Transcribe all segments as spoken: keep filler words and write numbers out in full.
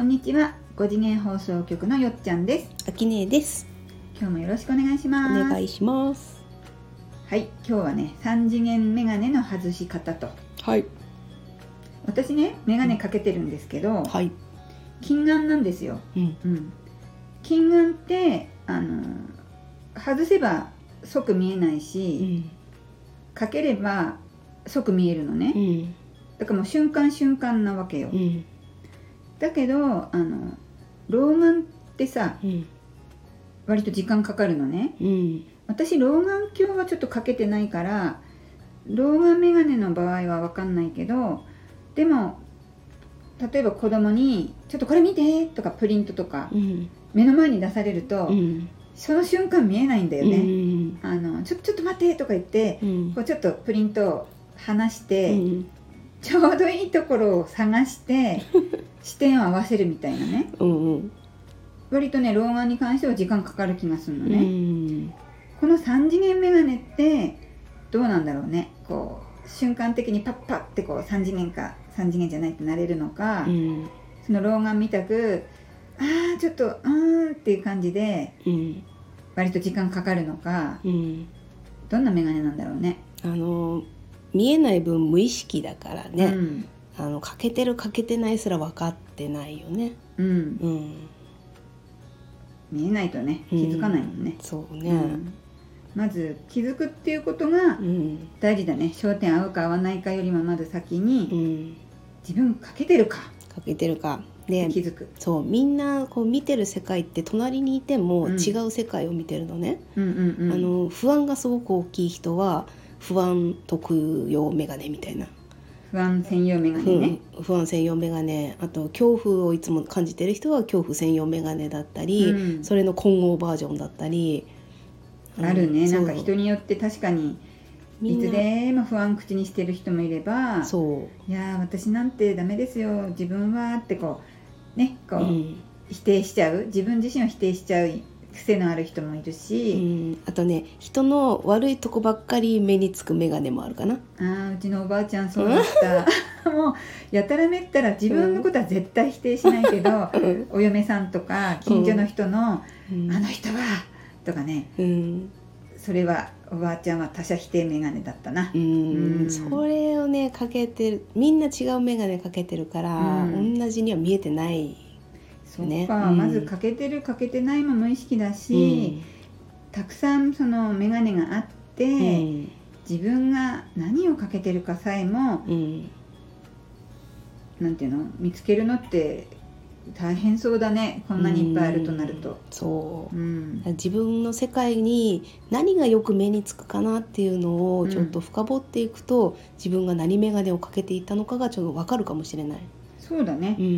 んにちは。ご次元放送局のよっちゃんです。 あきねえです。 今日もよろしくお願いします。 お願いします。 はい、今日はね、さん次元メガネの外し方と。 はい。 私ね、メガネかけてるんですけど、 はい。 近眼なんですよ。 うんうん。近眼ってあの外せば即見えないし、 うん、 かければ即見えるのね。 うん、 だからもう瞬間瞬間なわけよ。 うん、 だけどあの老眼ってさ、 うん、 割と時間かかるのね。 うん、 私老眼鏡はちょっとかけてないから老眼メガネの場合は分かんないけど、でも例えば子供に「ちょっとこれ見て」とかプリントとかうん、 目の前に出されると、 うん、 その瞬間見えないんだよね。 うん、 あのちょちょっと待ってとか言って、 うん、 こうちょっとプリントを離して、 うん、 ちょうどいいところを探して視点を合わせるみたいなね。 うん、 割とね老眼に関しては時間かかる気がするのね。 うん、 このさん次元メガネってどうなんだろうね。こう瞬間的にパッパッってこうさん次元かさん次元じゃないってなれるのか、 うん、 その老眼みたくあーちょっとうーんっていう感じで割と時間かかるのか、 うん、 どんなメガネなんだろうね。 あの見えない分無意識だからね、 うん、 あのかけてるかけてないすら分かってないよね。 うん、 うん、 見えないとね気づかないもんね。 うん、そうね、 うん、まず気づくっていうことが大事だね。焦点合うか合わないかよりもまず先に、 うん、 自分かけてるかかけてるかで気づく。 そうみんなこう見てる世界って隣にいてもうん違う世界を見てるのね、 うんうんうん、 あの不安がすごく大きい人は不安特用メガネみたいな、 不安専用メガネね、 うん、不安専用メガネ、あと恐怖をいつも感じてる人は恐怖専用メガネだったり、 うん、 それの混合バージョンだったり、 あるね、 うん、 なんか人によって確かにいつでも不安口にしてる人もいれば、 そういや私なんてダメですよ自分はってこうねこう、うん、否定しちゃう、自分自身を否定しちゃう癖のある人もいるし、 うん、あとね人の悪いとこばっかり目につくメガネもあるかな。 あうちのおばあちゃんそうだったもうやたらめったら自分のことは絶対否定しないけど、うん、お嫁さんとか近所の人の、うん、あの人はとかね、うん、それはおばあちゃんは他者否定メガネだったな。 うん、うん、それをねかけてる、みんな違うメガネかけてるから、うん、同じには見えてないよね。 そっか、うん、まずかけてるかけてないも無意識だし、うん、たくさんそのメガネがあって、うん、自分が何をかけてるかさえも、うん、なんていうの見つけるのって大変そうだね。こんなにいっぱいあるとなると、 うん、そう、うん、自分の世界に何がよく目につくかなっていうのをちょっと深掘っていくと、うん、自分が何メガネをかけていたのかがちょっと分かるかもしれない。 そうだね、うんうんうん、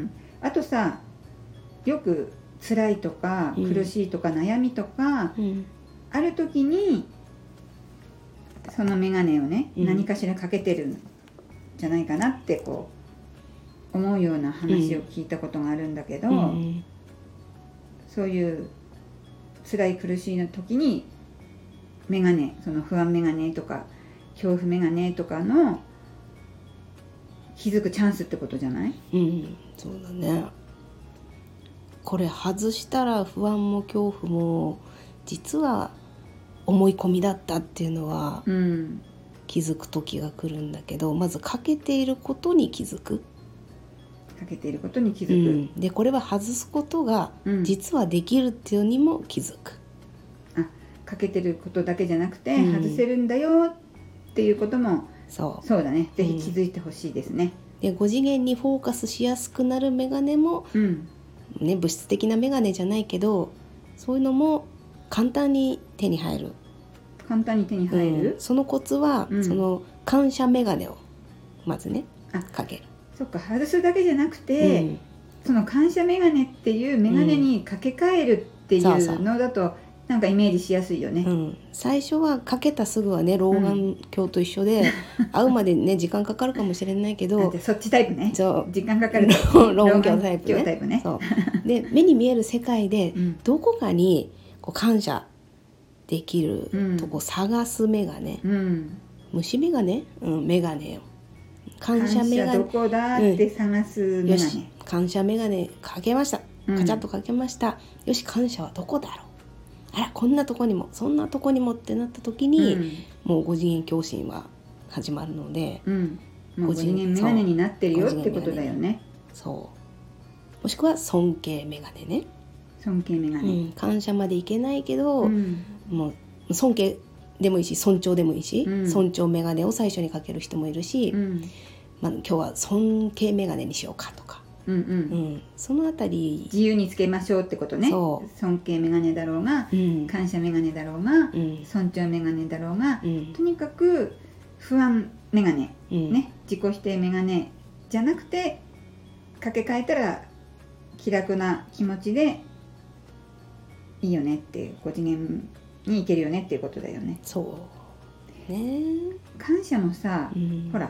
あとさよく辛いとか苦しいとか悩みとか、うん、ある時にそのメガネをね、うん、何かしらかけてるんじゃないかなってこう思うような話を聞いたことがあるんだけど、うん、そういう辛い苦しいの時にメガネ、その不安メガネとか恐怖メガネとかの気づくチャンスってことじゃない？ うん、そうだね。これ外したら不安も恐怖も実は思い込みだったっていうのは気づく時が来るんだけど、まずかけていることに気づく。 かけていることに気づく、 うん、でこれは外すことが実はできるっていうにも気づく、 うん、あ、かけてることだけじゃなくて、うん、外せるんだよっていうこともそうそうだね、ぜひ気づいてほしいですね、 うん、でご次元にフォーカスしやすくなるメガネも、うんね、物質的なメガネじゃないけどそういうのも簡単に手に入る。 簡単に手に入る、 うん、そのコツは、うん、その感謝メガネをまずねかける。 そっか、外すだけじゃなくて、うん、その感謝メガネっていうメガネにかけ替えるっていうのだと、うん、なんかイメージしやすいよね、 うん、最初はかけたすぐはね老眼鏡と一緒で、うん、会うまでね時間かかるかもしれないけどそっちタイプね。 そう時間かかる老眼鏡タイプ ね, タイプねそうで目に見える世界でどこかにこう感謝できるとこ探すメガネ、うん、虫メガネ、うん、メガネを感謝メガネどこだって探すメガネ、 よし感謝メガネかけました、カチャッとかけました、うん、よし感謝はどこだろう、あらこんなとこにもそんなとこにもってなった時に、うん、もうご次元共振は始まるので、 うん、もうご次元メガネになってるよってことだよね。 そうもしくは尊敬メガネね、 尊敬メガネ、 うん、感謝までいけないけど、うん、もう尊敬でもいいし尊重でもいいし、うん、尊重メガネを最初にかける人もいるし、うんまあ、今日は尊敬メガネにしようかとか、うんうんうん、そのあたり自由につけましょうってことね。そう尊敬メガネだろうが、うん、感謝メガネだろうが、うん、尊重メガネだろうが、うん、とにかく不安メガネ、うんね、自己否定メガネじゃなくてかけ替えたら気楽な気持ちでいいよねっていうご次元に行けるよねっていうことだよね。 そうね。 感謝もさ、うん、ほら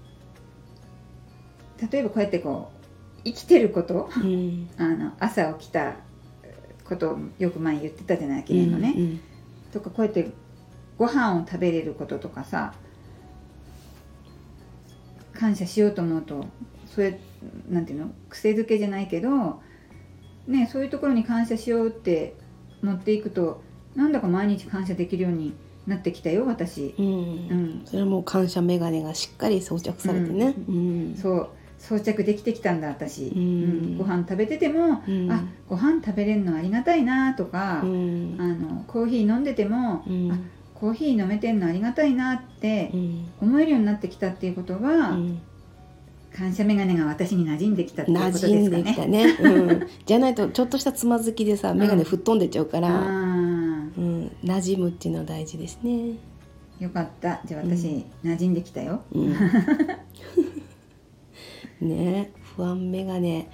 例えばこうやってこう生きてること、うん、あの朝起きたことをよく前言ってたじゃない、記念のね、うんうん、とかこうやってご飯を食べれることとかさ、感謝しようと思うとそれなんていうの癖づけじゃないけどね、そういうところに感謝しようって持っていくとなんだか毎日感謝できるようになってきたよ私、うんうん、それも感謝メガネがしっかり装着されてね、 うんうん、そう装着できてきたんだ私、うんうん、ご飯食べてても、うん、あご飯食べれるのありがたいなとか、うん、あのコーヒー飲んでても、うん、あコーヒー飲めてんのありがたいなって思えるようになってきたっていうことは、うん、感謝メガネが私に馴染んできたっていうことですかね。馴染んできたね、 うん、じゃないとちょっとしたつまずきでさメガネ吹っ飛んでっちゃうから、うんうん、馴染むっていうのは大事ですね。 よかった、じゃあ私、うん、馴染んできたよ、うんね、不安メガネ、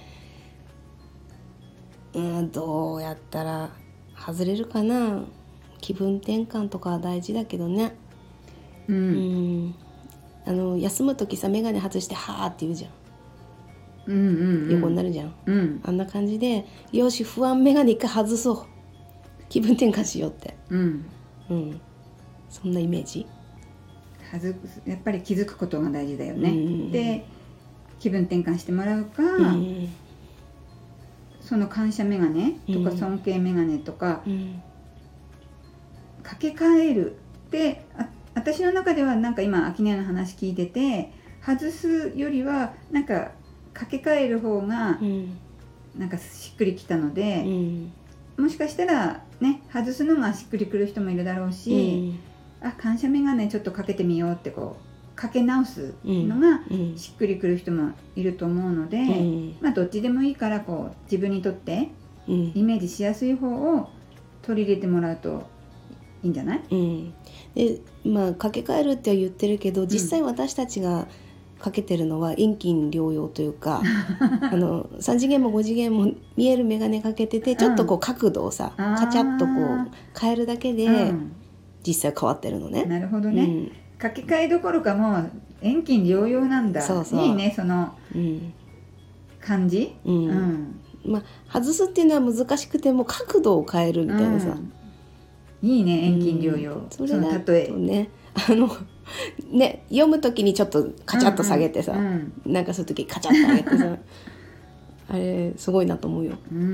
うん、どうやったら外れるかな。気分転換とかは大事だけどね、うん、うん、あの休む時さメガネ外してはーって言うじゃん、うんうんうん、横になるじゃん、うん、あんな感じでよし不安メガネ一回外そう、気分転換しようって、うんうん、そんなイメージ。 外やっぱり気づくことが大事だよね、うん、で気分転換してもらうか、うん、その感謝メガネとか尊敬メガネとか、うん、かけ替えるで、あ私の中ではなんか今アキネの話聞いてて外すよりはなんかかけ替える方がなんかしっくりきたので、うん、もしかしたらね外すのがしっくりくる人もいるだろうし、うん、あ感謝メガネちょっとかけてみようってこうかけ直すのがしっくりくる人もいると思うので、うん、まあどっちでもいいからこう自分にとってイメージしやすい方を取り入れてもらうといいんじゃない？ うん、でまあかけ替えるっては言ってるけど実際私たちがかけてるのは遠近療養というかあのさん次元もご次元も見える眼鏡かけててちょっとこう角度をさ、うん、カチャッとこう変えるだけで、うん、実際変わってるのね。 なるほどね、うん、かけ替えどころかもう遠近療養なんだ。そうそういいねその感じ、うんうんまあ、外すっていうのは難しくても角度を変えるみたいなさ、 うん、いいね遠近療養、うん、それだとねあのね読むときにちょっとカチャッと下げてさ、うんうん、なんかそういうときカチャッと上げてさあれすごいなと思うよ、 うんうん、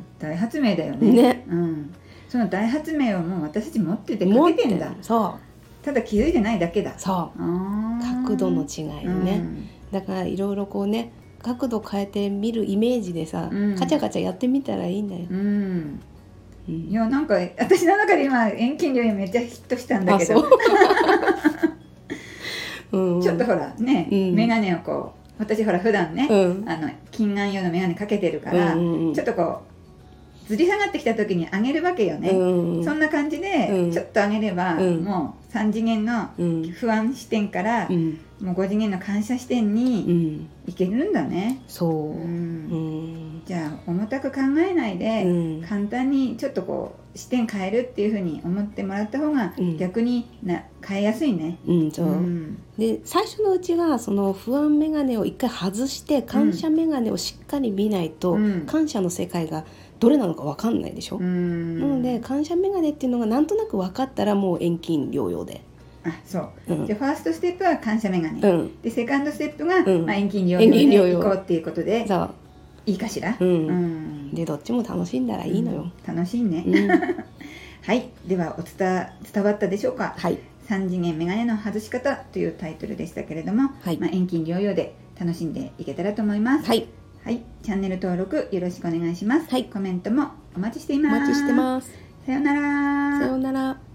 大発明だよね、ね、うん、その大発明をもう私たち持っててかけてんだ。そうただ気づいてないだけだ。 そう角度の違いね、うん、だからいろいろこうね角度変えてみるイメージでさ、うん、カチャカチャやってみたらいいんだよ、うんうん、いやなんか私の中で今遠近療養めっちゃヒットしたんだけどうん、ちょっとほらね、うん、眼鏡をこう私ほら普段ね、うん、あの近眼用の眼鏡かけてるから、うんうん、ちょっとこうずり下がってきた時に上げるわけよね、うんうん、そんな感じでちょっと上げれば、うん、もうさん次元の不安視点から、うん、もうご次元の感謝視点にいけるんだね、うん、そう、うんうん、じゃあ重たく考えないで、うん、簡単にちょっとこう視点変えるっていう風に思ってもらった方が逆にな変えやすいね、 うんそう、うん、で最初のうちはその不安メガネを一回外して感謝メガネをしっかり見ないと、うん、感謝の世界がどれなのか分かんないでしょ、うん、なので感謝メガネっていうのがなんとなく分かったらもう遠近療養であ、そう、 うん、 じゃあファーストステップは感謝メガネ、 うん、 でセカンドステップが、 うん、 まあ、遠近療養で行こうっていうことでそういいかしら、 うんうん、でどっちも楽しんだらいいのよ、 うん、楽しいね、 うん、 はい、ではお伝伝わったでしょうか。 はい、 さん次元メガネの外し方というタイトルでしたけれども、はい、まあ、遠近療養で楽しんでいけたらと思います。 はい、 はい、チャンネル登録よろしくお願いします。 はい、 コメントもお待ちしています。 お待ちしてます。 さようなら。 さようなら。